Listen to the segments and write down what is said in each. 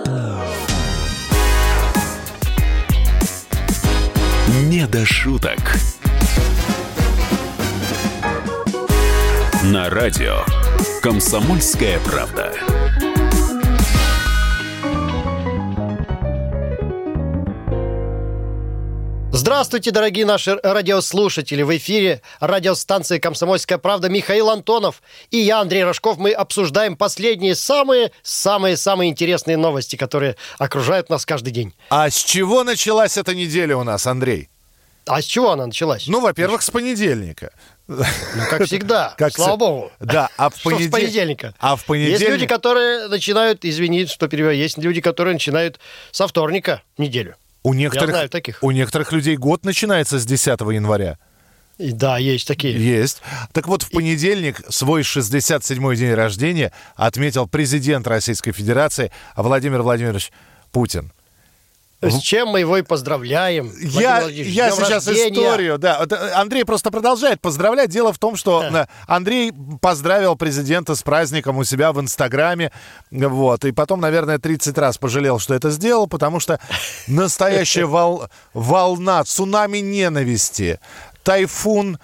Не до шуток. На радио «Комсомольская правда». Здравствуйте, дорогие наши радиослушатели. В эфире радиостанции «Комсомольская правда» Михаил Антонов и я, Андрей Рожков. Мы обсуждаем последние самые интересные новости, которые окружают нас каждый день. А с чего началась эта неделя у нас, Андрей? А с чего она началась? Ну, во-первых, с понедельника. Ну, как всегда, слава богу. Да, а с понедельника? А в понедельник... Есть люди, которые начинают, извините, что перебиваю, есть люди, которые начинают со вторника неделю. Я знаю таких. У некоторых людей год начинается с 10 января. Да, есть такие. Есть. Так вот, в понедельник свой 67-й день рождения отметил президент Российской Федерации Владимир Владимирович Путин. С чем мы его и поздравляем. Я сейчас историю, да. Андрей просто продолжает поздравлять. Дело в том, что Андрей поздравил президента с праздником у себя в Инстаграме. Вот. И потом, наверное, 30 раз пожалел, что это сделал, потому что настоящая волна, цунами ненависти, тайфун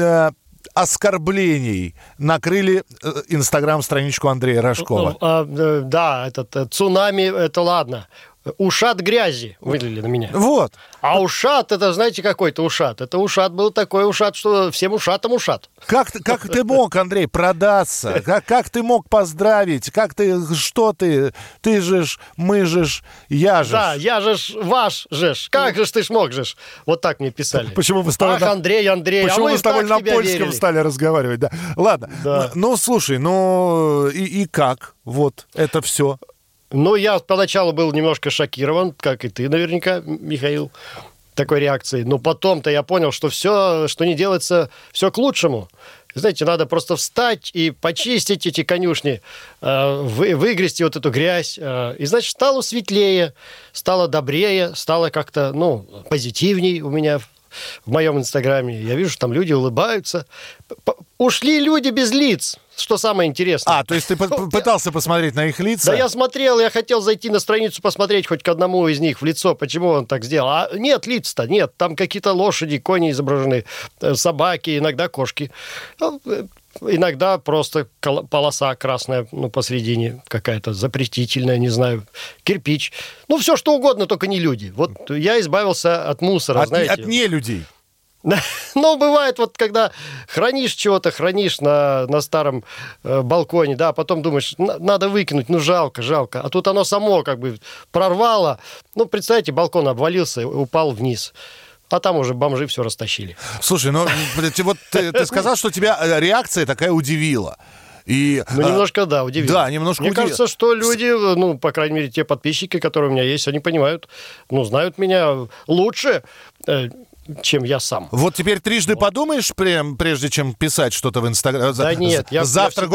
оскорблений накрыли Инстаграм-страничку Андрея Рожкова. Да, цунами, это ладно. Ушат грязи вылили на меня. Вот. А ушат, это знаете какой-то ушат? Это ушат был такой ушат, что всем ушатам ушат. Как ты мог, Андрей, продаться? Как ты мог поздравить? Что ты? Ты жешь, мы жешь, я жешь. Да, я жешь, ваш жешь. Как же ты ж мог жешь? Вот так мне писали. Почему вы с тобой... Ах, Андрей, почему вы с тобой на польском стали разговаривать? Да. Ладно. Да. Ну, слушай, и как? Вот это все. Ну, я поначалу был немножко шокирован, как и ты наверняка, Михаил, такой реакцией. Но потом-то я понял, что все, что не делается, все к лучшему. Знаете, надо просто встать и почистить эти конюшни, выгрести вот эту грязь. И, значит, стало светлее, стало добрее, стало как-то, позитивней у меня в моем Инстаграме. Я вижу, что там люди улыбаются. Ушли люди без лиц, что самое интересное. То есть ты пытался посмотреть на их лица? Да, я смотрел, я хотел зайти на страницу, посмотреть хоть к одному из них в лицо, почему он так сделал. А нет, лиц-то нет. Там какие-то лошади, кони изображены, собаки, иногда кошки. Иногда просто полоса красная, посередине какая-то запретительная, не знаю, кирпич. Все что угодно, только не люди. Вот я избавился от мусора, знаете. От нелюдей. Бывает, когда хранишь чего-то, на старом балконе, да, потом думаешь, надо выкинуть, жалко. А тут оно само прорвало. Представьте, балкон обвалился, упал вниз. А там уже бомжи все растащили. Слушай, вот ты сказал, что тебя реакция такая удивила. Немножко, да, удивило. Да, немножко удивило. Мне кажется, что люди, по крайней мере, те подписчики, которые у меня есть, они понимают, знают меня лучше, чем я сам. Вот теперь трижды подумаешь, прежде чем писать что-то в Инстаграме? Да нет, завтра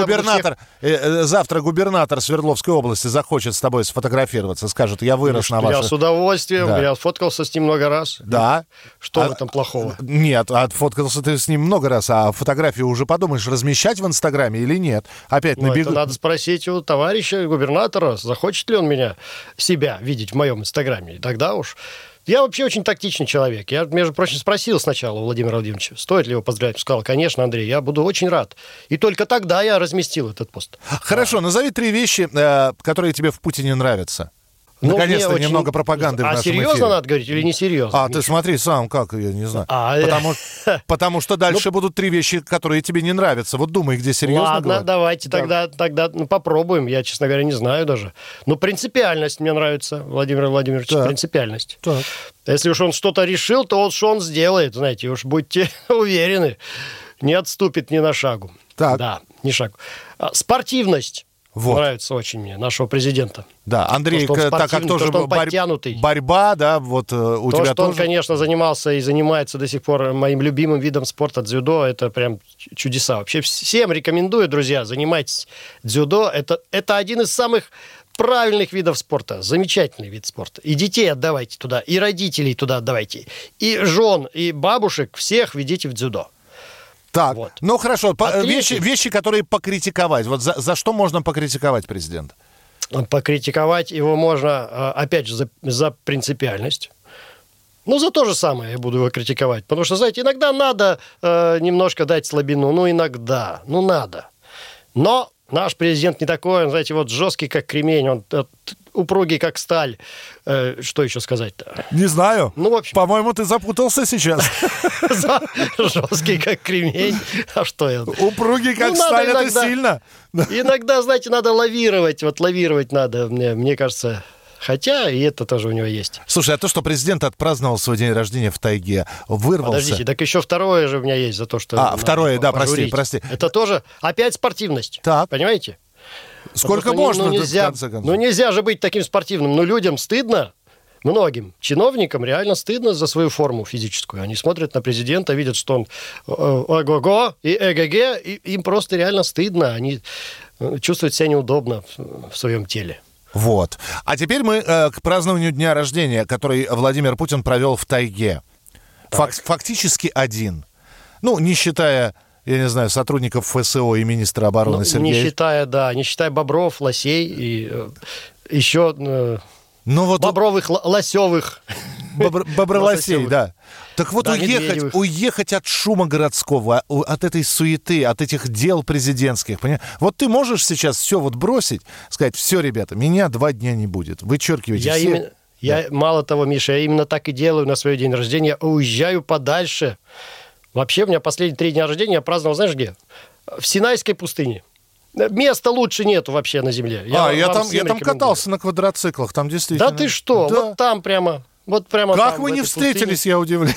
губернатор Свердловской области захочет с тобой сфотографироваться, скажет, я вырос на вашей... Я с удовольствием, да. Я фоткался с ним много раз. Да. Что в этом плохого? Нет, фоткался ты с ним много раз, а фотографию уже подумаешь, размещать в Инстаграме или нет? Опять набегу... Это надо спросить у товарища губернатора, захочет ли он себя видеть в моем Инстаграме. И тогда уж... Я вообще очень тактичный человек. Я, между прочим, спросил сначала у Владимира Владимировича, стоит ли его поздравить. Он сказал, конечно, Андрей, я буду очень рад. И только тогда я разместил этот пост. Хорошо, назови 3 вещи, которые тебе в Путине нравятся. Наконец-то немного пропаганды в нашем эфире. А серьезно надо говорить или не серьезно? Ты смотри сам, как, я не знаю. Потому что дальше будут 3 вещи, которые тебе не нравятся. Вот думай, где серьезно Ладно, говорить. давайте тогда попробуем. Я, честно говоря, не знаю даже. Принципиальность мне нравится, Владимир Владимирович, принципиальность. Так. Если уж он что-то решил, то он сделает, знаете, уж будьте уверены. Не отступит ни на шагу. Так. Да, ни шагу. Спортивность. Вот. Нравится очень мне, нашего президента. Да, Андрей, так как тоже борьба, да, вот у тебя тоже... То, что он, конечно, занимался и занимается до сих пор моим любимым видом спорта дзюдо, это прям чудеса. Вообще всем рекомендую, друзья, занимайтесь дзюдо. Это один из самых правильных видов спорта. Замечательный вид спорта. И детей отдавайте туда, и родителей туда отдавайте, и жен, и бабушек, всех ведите в дзюдо. Так, хорошо, вещи, которые покритиковать. Вот за что можно покритиковать президента? Покритиковать его можно, опять же, за принципиальность. Ну, за то же самое я буду его критиковать. Потому что, знаете, иногда надо немножко дать слабину. Ну, иногда. Ну, надо. Но наш президент не такой, он, знаете, вот жесткий, как кремень, он упругий, как сталь. Что еще сказать-то? Не знаю. Ну, в общем... По-моему, ты запутался сейчас. Жесткий, как кремень. А что я? Упругий, как сталь, это сильно. Иногда, знаете, надо лавировать. Вот лавировать надо, мне кажется... Хотя и это тоже у него есть. Слушай, а то, что президент отпраздновал свой день рождения в тайге, вырвался... Подождите, так еще второе же у меня есть за то, что... второе, да, прости. Это тоже опять спортивность. Так. Понимаете? Сколько можно, нельзя, в конце концов? Ну, нельзя же быть таким спортивным. Но людям стыдно, многим чиновникам реально стыдно за свою форму физическую. Они смотрят на президента, видят, что он ого-го и эге-ге, и им просто реально стыдно. Они чувствуют себя неудобно в своем теле. Вот. А теперь мы к празднованию дня рождения, который Владимир Путин провел в тайге. Фактически один. Ну, не считая, я не знаю, сотрудников ФСО и министра обороны Сергея. Не считая бобров, лосей и еще бобровых, лосевых. Бобролосей, да. Так вот, да, уехать от шума городского, от этой суеты, от этих дел президентских. Понимаешь? Вот ты можешь сейчас все вот бросить, сказать: все, ребята, меня 2 дня не будет. Вычеркивайте все. Мало того, Миша, я именно так и делаю на свой день рождения. Уезжаю подальше. Вообще, у меня последние 3 дня рождения я праздновал, знаешь где? В Синайской пустыне. Места лучше нету вообще на земле. Я там катался на квадроциклах, там действительно. Да ты что? Да. Вот там прямо. Как там, вы не встретились, пустыне. Я удивлен.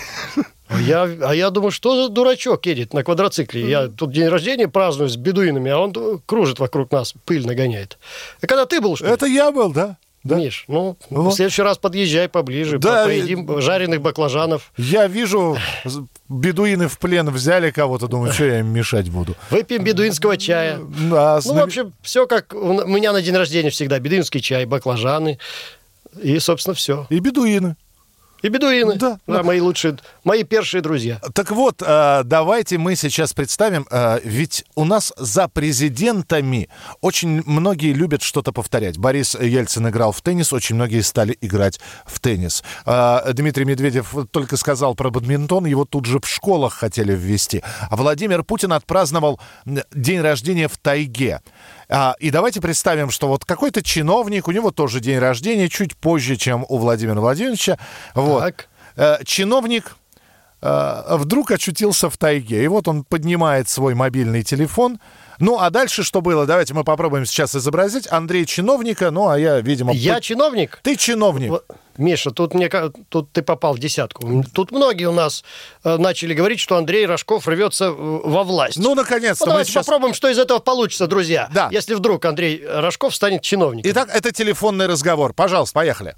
Я думаю, что за дурачок едет на квадроцикле. Я тут день рождения праздную с бедуинами, а он кружит вокруг нас, пыль нагоняет. А когда ты был, что ли? Это я был, да. Миш, в следующий раз подъезжай поближе, поедим жареных баклажанов. Я вижу, бедуины в плен взяли кого-то, думаю, что я им мешать буду. Выпьем бедуинского чая. В общем, все как у меня на день рождения всегда. Бедуинский чай, баклажаны и, собственно, все. И бедуины. И бедуины. Да, мои первые друзья. Так вот, давайте мы сейчас представим, ведь у нас за президентами очень многие любят что-то повторять. Борис Ельцин играл в теннис, очень многие стали играть в теннис. Дмитрий Медведев только сказал про бадминтон, его тут же в школах хотели ввести. А Владимир Путин отпраздновал день рождения в тайге. И давайте представим, что вот какой-то чиновник, у него тоже день рождения, чуть позже, чем у Владимира Владимировича. Вот. Чиновник вдруг очутился в тайге. И вот он поднимает свой мобильный телефон. Ну, а дальше что было? Давайте мы попробуем сейчас изобразить. Андрей чиновника, а я, видимо... Я чиновник? Ты чиновник. Миша, тут ты попал в десятку. Тут многие у нас начали говорить, что Андрей Рожков рвется во власть. Ну, наконец-то. Давайте попробуем, что из этого получится, друзья. Да. Если вдруг Андрей Рожков станет чиновником. Итак, это телефонный разговор. Пожалуйста, поехали.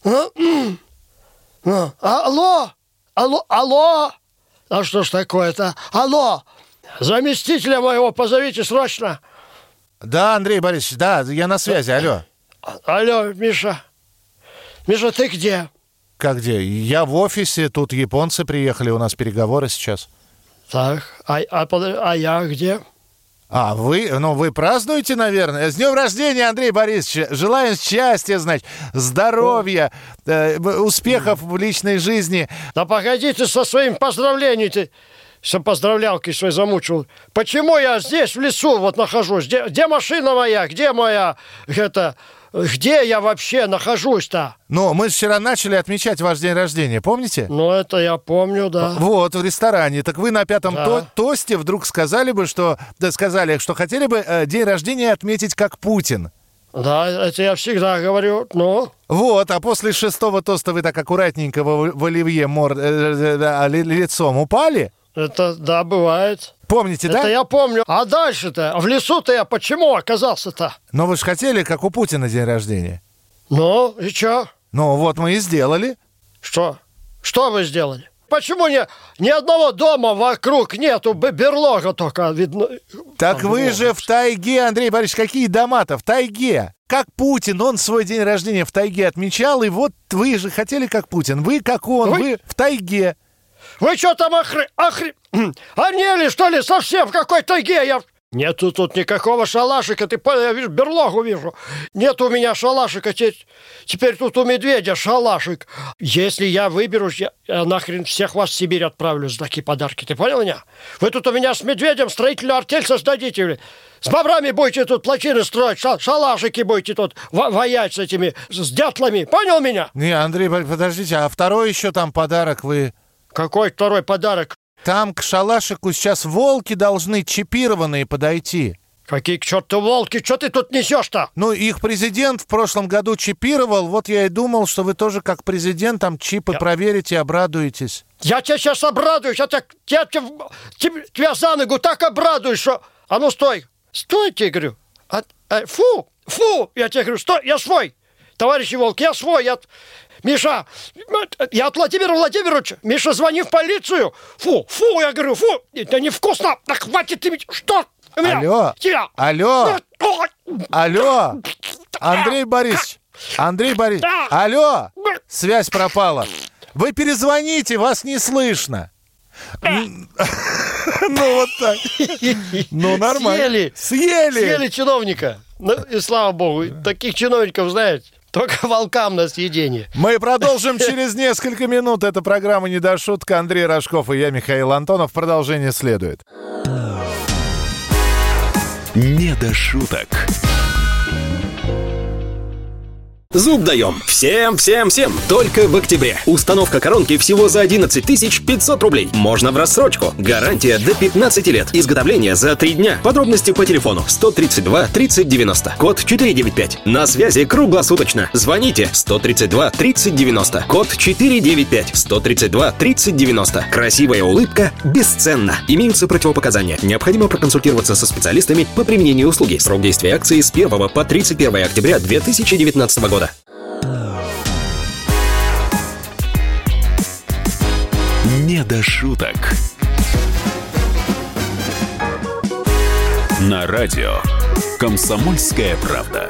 Алло! А что ж такое-то? Алло! Заместителя моего позовите срочно. Да, Андрей Борисович, да, я на связи, алло. Алло, Миша. Миша, ты где? Как где? Я в офисе, тут японцы приехали, у нас переговоры сейчас. Так, а я где? Вы празднуете, наверное? С днем рождения, Андрей Борисович! Желаем счастья, значит, здоровья, успехов в личной жизни. Да погодите со своими поздравлениями. Все поздравлялки свой замучил. Почему я здесь, в лесу, вот нахожусь? Где машина моя? Где моя... Где я вообще нахожусь-то? Мы вчера начали отмечать ваш день рождения, помните? Это я помню, да. Вот, в ресторане. Так вы на 5-м тосте вдруг сказали, что хотели бы день рождения отметить как Путин. Да, это я всегда говорю, Вот, а после 6-го тоста вы так аккуратненько в оливье лицом упали? Это, да, бывает. Помните, да? Это я помню. А дальше-то? В лесу-то я почему оказался-то? Но вы же хотели, как у Путина, день рождения. И что? Вот мы и сделали. Что? Что вы сделали? Почему ни одного дома вокруг нету, берлога только видно? Так вы же в тайге, Андрей Борисович, какие дома-то? В тайге. Как Путин, он свой день рождения в тайге отмечал, и вот вы же хотели как Путин. Вы как он, вы в тайге. Вы что там охренели, что ли, совсем в какой тайге? Нету тут никакого шалашика, ты понял, я вижу, берлогу вижу. Нет у меня шалашика, теперь тут у медведя шалашик. Если я выберусь, я нахрен всех вас в Сибирь отправлю за такие подарки, ты понял меня? Вы тут у меня с медведем строительную артель создадите, с бобрами будете тут плотины строить, шалашики будете тут воять с дятлами, понял меня? Не, Андрей, подождите, а второй еще там подарок вы... Какой второй подарок? Там к шалашику сейчас волки должны чипированные подойти. Какие к черту волки? Что ты тут несешь-то? Ну, их президент в прошлом году чипировал. Вот я и думал, что вы тоже как президент там чипы проверите и обрадуетесь. Я тебя сейчас обрадуюсь. Тебя за ногу так обрадуюсь, что... А ну, стой. Стой, тебе говорю. Фу, я тебе говорю, стой, я свой. Товарищи волки, я свой, Миша, я от Владимира Владимировича. Миша, звони в полицию. Фу, я говорю, это невкусно. Да хватит ты, что? Алло, Андрей Борисович, алло, связь пропала. Вы перезвоните, вас не слышно. Ну, вот так. Ну, нормально. Съели чиновника. Ну, и слава богу, таких чиновников, знаете, только волкам на съедение. Мы продолжим через несколько минут. Это программа «Не до шутка». Андрей Рожков и я, Михаил Антонов. Продолжение следует. Не до шуток. Зуб даем. Всем. Только в октябре. Установка коронки всего за 11 500 рублей. Можно в рассрочку. Гарантия до 15 лет. Изготовление за 3 дня. Подробности по телефону 132 30 90. Код 495. На связи круглосуточно. Звоните 132 30 90. Код 495. 132 30 90. Красивая улыбка бесценна. Имеются противопоказания. Необходимо проконсультироваться со специалистами по применению услуги. Срок действия акции с 1 по 31 октября 2019 года. Не до шуток. На радио «Комсомольская правда».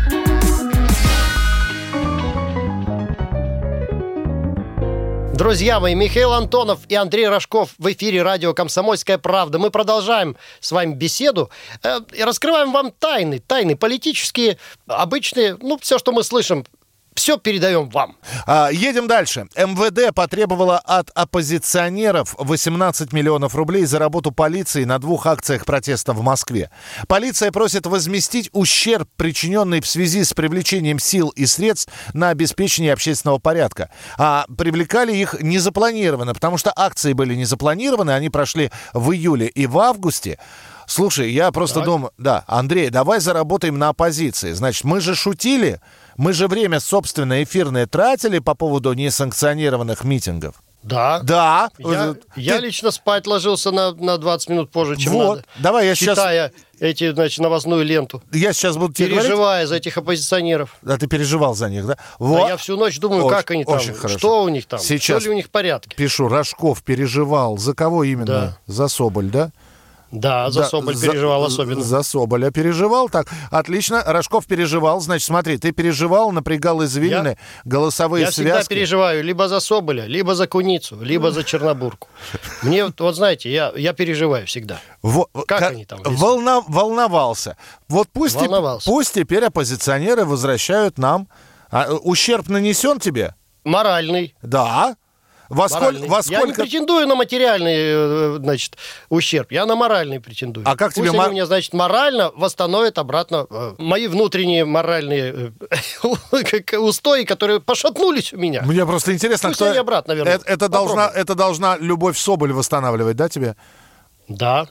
Друзья мои, Михаил Антонов и Андрей Рожков в эфире радио «Комсомольская правда». Мы продолжаем с вами беседу и раскрываем вам тайны политические, обычные, все, что мы слышим. Все передаем вам. Едем дальше. МВД потребовало от оппозиционеров 18 миллионов рублей за работу полиции на 2 акциях протеста в Москве. Полиция просит возместить ущерб, причиненный в связи с привлечением сил и средств на обеспечение общественного порядка. А привлекали их незапланированно, потому что акции были незапланированы, они прошли в июле и в августе. Слушай, я просто думаю... Да, Андрей, давай заработаем на оппозиции. Значит, мы же шутили, мы же время собственное эфирное тратили по поводу несанкционированных митингов. Да. Я лично спать ложился на 20 минут позже, чем надо. Давай я читая новостную ленту. Я сейчас буду тебе переживая говорить. за этих оппозиционеров. Да, ты переживал за них, да? Да, я всю ночь думаю, как они там, что у них там, сейчас все ли у них в порядке. Пишу, Рожков переживал. За кого именно? Да. За Соболь, да? Да, за Соболь переживал особенно. За Соболя переживал, так, отлично. Рожков переживал, значит, смотри, ты переживал, напрягал извилины, голосовые связки. Я всегда переживаю либо за Соболя, либо за Куницу, либо за Чернобурку. Мне, вот знаете, я переживаю всегда. Как они там? Волновался. Вот пусть теперь оппозиционеры возвращают нам. Ущерб нанесен тебе? Моральный. Да. Во сколько... Я не претендую на материальный, ущерб. Я на моральный претендую. А как тебе... Пусть они мне, морально восстановят обратно мои внутренние моральные устои, которые пошатнулись у меня. Мне просто интересно, пусть они обратно вернут. Это должна Любовь Соболь восстанавливать, да, тебе? Да.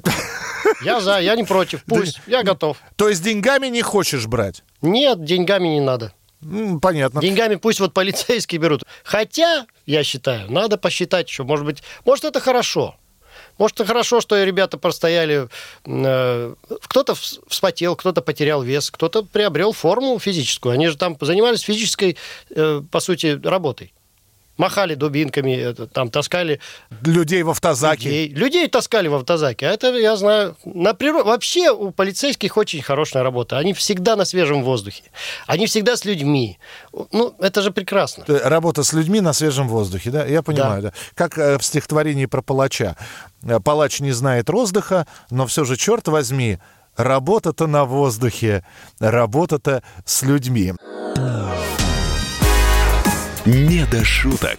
Я не против. Пусть. Я готов. То есть деньгами не хочешь брать? Нет, деньгами не надо. Понятно. Деньгами пусть полицейские берут. Хотя, я считаю, надо посчитать еще. Может это хорошо. Может, это хорошо, что ребята простояли. Кто-то вспотел, кто-то потерял вес, кто-то приобрел форму физическую. Они же там занимались физической, по сути, работой. махали дубинками, там таскали... Людей в автозаке. Людей таскали в автозаке. А это, я знаю, на природе... Вообще у полицейских очень хорошая работа. Они всегда на свежем воздухе. Они всегда с людьми. Ну, это же прекрасно. Работа с людьми на свежем воздухе, да? Я понимаю, да. Как в стихотворении про палача. Палач не знает роздыха, но все же, черт возьми, работа-то на воздухе, работа-то с людьми. Не до шуток.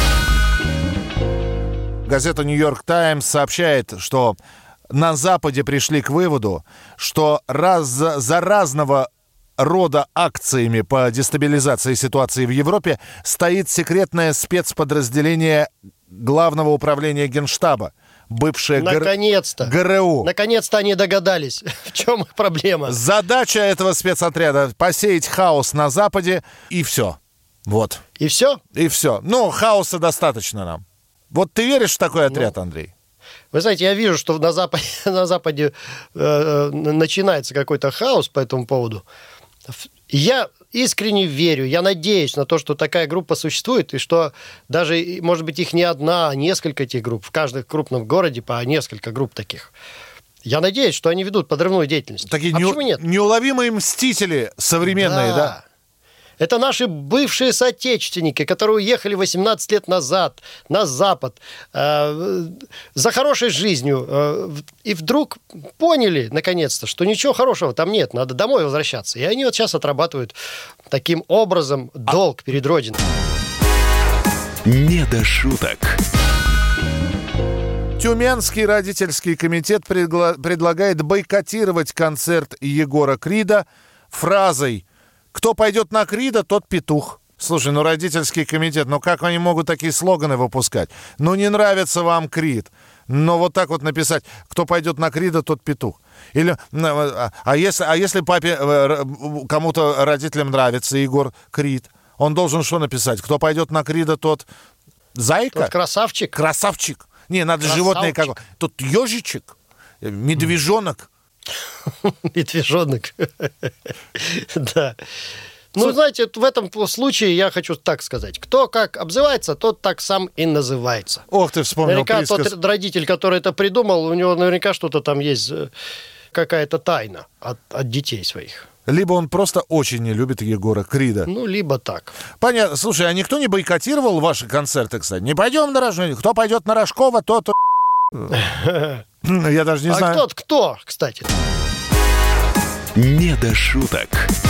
Газета «Нью-Йорк Таймс» сообщает, что на Западе пришли к выводу, что за разного рода акциями по дестабилизации ситуации в Европе стоит секретное спецподразделение Главного управления Генштаба, бывшее Наконец-то. ГРУ. Наконец-то они догадались, в чем их проблема. Задача этого спецотряда — посеять хаос на Западе, и все. Вот. И все? И все. Ну, хаоса достаточно нам. Вот ты веришь в такой отряд, Андрей? Вы знаете, я вижу, что на Западе начинается какой-то хаос по этому поводу. Я искренне верю, я надеюсь на то, что такая группа существует, и что даже, может быть, их не одна, а несколько этих групп. В каждом крупном городе по несколько групп таких. Я надеюсь, что они ведут подрывную деятельность. Такие почему нет? Неуловимые мстители современные, да? Это наши бывшие соотечественники, которые уехали 18 лет назад на Запад за хорошей жизнью. И вдруг поняли, наконец-то, что ничего хорошего там нет, надо домой возвращаться. И они вот сейчас отрабатывают таким образом долг перед Родиной. Не до шуток. Тюменский родительский комитет предлагает бойкотировать концерт Егора Крида фразой: «Кто пойдет на Крида, тот петух». Слушай, ну родительский комитет, ну как они могут такие слоганы выпускать? Ну не нравится вам Крид, но вот так вот написать: «Кто пойдет на Крида, тот петух». Или, если папе, кому-то родителям нравится Егор Крид, он должен что написать? «Кто пойдет на Крида, тот зайка». Тот красавчик. Красавчик. Не, надо животное как... Тот ежичек, медвежонок. Медвежонок. Да. Ну, знаете, в этом случае я хочу так сказать. Кто как обзывается, тот так сам и называется. Ох, ты вспомнил наверняка присказ. Тот родитель, который это придумал, у него наверняка что-то там есть, какая-то тайна от детей своих. Либо он просто очень не любит Егора Крида. Ну, либо так. Понятно. Слушай, а никто не бойкотировал ваши концерты, кстати? Не пойдем на Рождество. Кто пойдет на Рожкова, тот... Я даже не знаю. А кто, кстати? Не до шуток.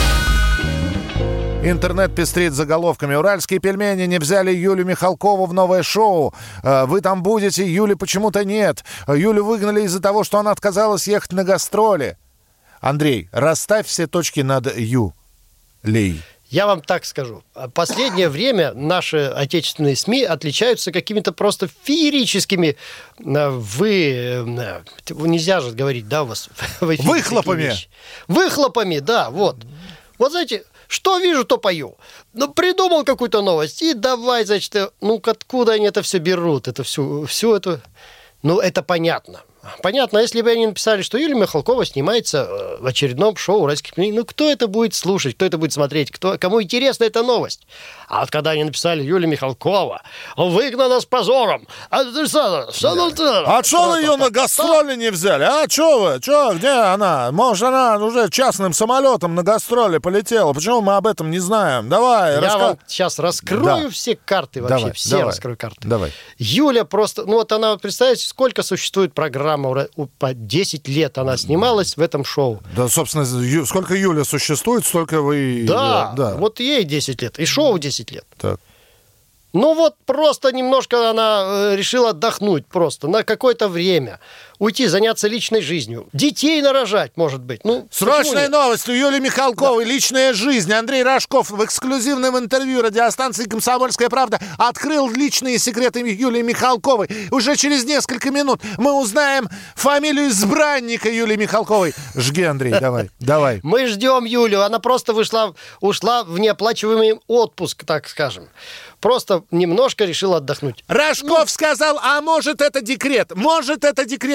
Интернет пестрит заголовками. Уральские пельмени не взяли Юлю Михалкову в новое шоу. Вы там будете, Юли почему-то нет. Юлю выгнали из-за того, что она отказалась ехать на гастроли. Андрей, расставь все точки над Юлей. Я вам так скажу. Последнее время наши отечественные СМИ отличаются какими-то просто феерическими... Нельзя же говорить, да, у вас в эфире выхлопами. Выхлопами, да, вот. Вот знаете, что вижу, то пою. Ну, придумал какую-то новость, и давай, значит, ну, откуда они это все берут? Это всю эту... Ну, это понятно. Понятно, если бы они написали, что Юлия Михалкова снимается в очередном шоу «Уральских пельменей», ну, кто это будет слушать, кто это будет смотреть, кому интересна эта новость? А вот когда они написали «Юлия Михалкова выгнана с позором», а что вы ее на гастроли не взяли? А что вы? Где она? Может, она уже частным самолетом на гастроли полетела? Почему мы об этом не знаем? Давай, я вам сейчас раскрою все карты вообще, раскрою карты. Давай. Юля просто, ну вот она, представляете, сколько существует программа, по 10 лет она снималась в этом шоу. Да, собственно, сколько Юля существует, столько вы... Да, вот ей 10 лет, и шоу 10 лет. Так. Ну вот просто немножко она решила отдохнуть просто на какое-то время. Уйти, заняться личной жизнью. Детей нарожать, может быть. Ну, срочная новость у Юлии Михалковой. Да. Личная жизнь. Андрей Рожков в эксклюзивном интервью радиостанции «Комсомольская правда» открыл личные секреты Юлии Михалковой. Уже через несколько минут мы узнаем фамилию избранника Юлии Михалковой. Жги, Андрей, давай. Мы ждем Юлю. Она просто ушла в неоплачиваемый отпуск, так скажем. Просто немножко решила отдохнуть. Рожков сказал, а может это декрет? Может это декрет?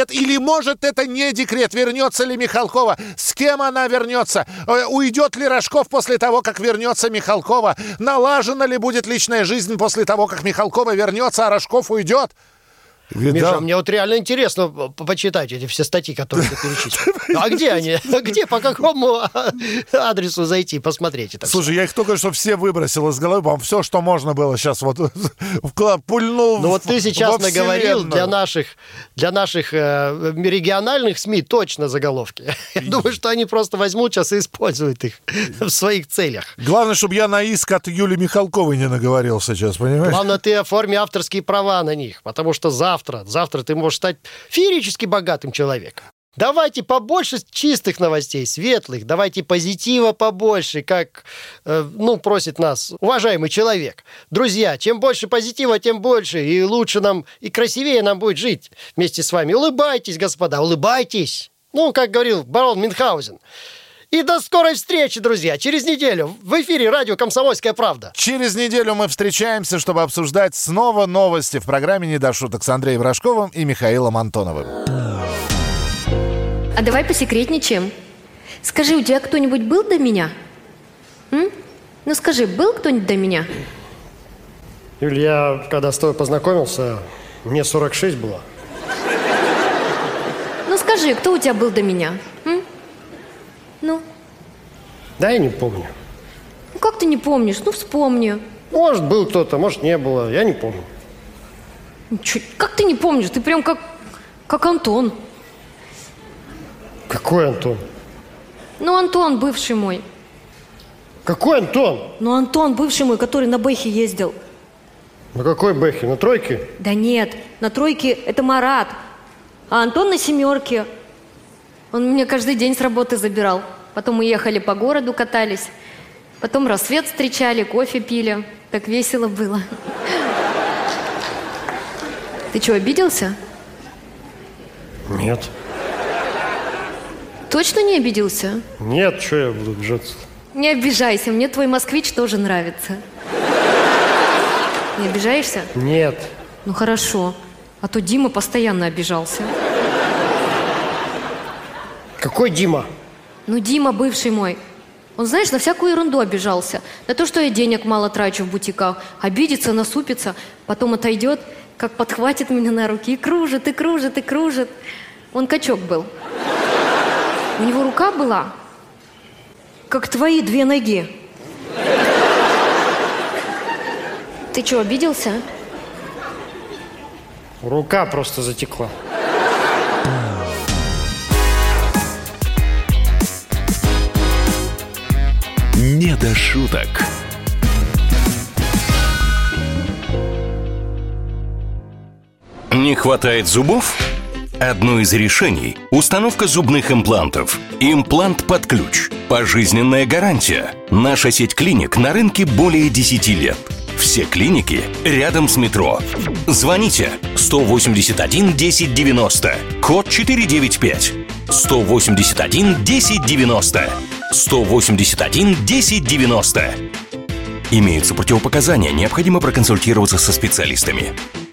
декрет, или может это не декрет, вернется ли Михалкова, с кем она вернется, уйдет ли Рожков после того, как вернется Михалкова, налажена ли будет личная жизнь после того, как Михалкова вернется, а Рожков уйдет. Миша, мне вот реально интересно почитать эти все статьи, которые ты перечислил. А где они? Где, по какому адресу зайти, посмотреть это? Слушай, я их только что все выбросил из головы, по-моему, все, что можно было сейчас вот пульнул. Ну вот ты сейчас наговорил для наших региональных СМИ точно заголовки. Я думаю, что они просто возьмут сейчас и используют их в своих целях. Главное, чтобы я на иск от Юлии Михалковой не наговорил сейчас, понимаешь? Главное, ты оформи авторские права на них, потому что завтра ты можешь стать феерически богатым человеком. Давайте побольше чистых новостей, светлых, давайте позитива побольше, как, просит нас уважаемый человек. Друзья, чем больше позитива, тем больше, и лучше нам, и красивее нам будет жить вместе с вами. Улыбайтесь, господа, улыбайтесь. Как говорил барон Мюнхгаузен. И до скорой встречи, друзья. Через неделю в эфире радио «Комсомольская правда». Через неделю мы встречаемся, чтобы обсуждать снова новости в программе «Не до шуток» с Андреем Рожковым и Михаилом Антоновым. А давай посекретничаем. Скажи, у тебя кто-нибудь был до меня? Ну скажи, был кто-нибудь до меня? Юль, я когда с тобой познакомился, мне 46 было. Ну скажи, кто у тебя был до меня? Ну? Да, я не помню. Ну как ты не помнишь? Ну вспомни. Может, был кто-то, может, не было. Я не помню. Как ты не помнишь? Ты прям как Антон. Какой Антон? Ну, Антон, бывший мой. Какой Антон? Ну, Антон, бывший мой, который на Бэхе ездил. На какой Бэхе? На тройке? Да нет, на тройке это Марат. А Антон на семерке. Он меня каждый день с работы забирал. Потом мы ехали по городу, катались. Потом рассвет встречали, кофе пили. Так весело было. Ты что, обиделся? Нет. Точно не обиделся? Нет, что я буду обижаться? Не обижайся, мне твой москвич тоже нравится. Не обижаешься? Нет. Ну хорошо, а то Дима постоянно обижался. Какой Дима? Ну Дима бывший мой. Он, знаешь, на всякую ерунду обижался. На то, что я денег мало трачу в бутиках. Обидится, насупится, потом отойдет, как подхватит меня на руки и кружит, и кружит, и кружит. Он качок был. У него рука была, как твои 2 ноги. Ты что, обиделся? Рука просто затекла. Не до шуток. Не хватает зубов? Одно из решений – установка зубных имплантов. Имплант под ключ. Пожизненная гарантия. Наша сеть клиник на рынке более 10 лет. Все клиники рядом с метро. Звоните 181 1090, код 495. 181 1090. 181 1090. Имеются противопоказания, необходимо проконсультироваться со специалистами.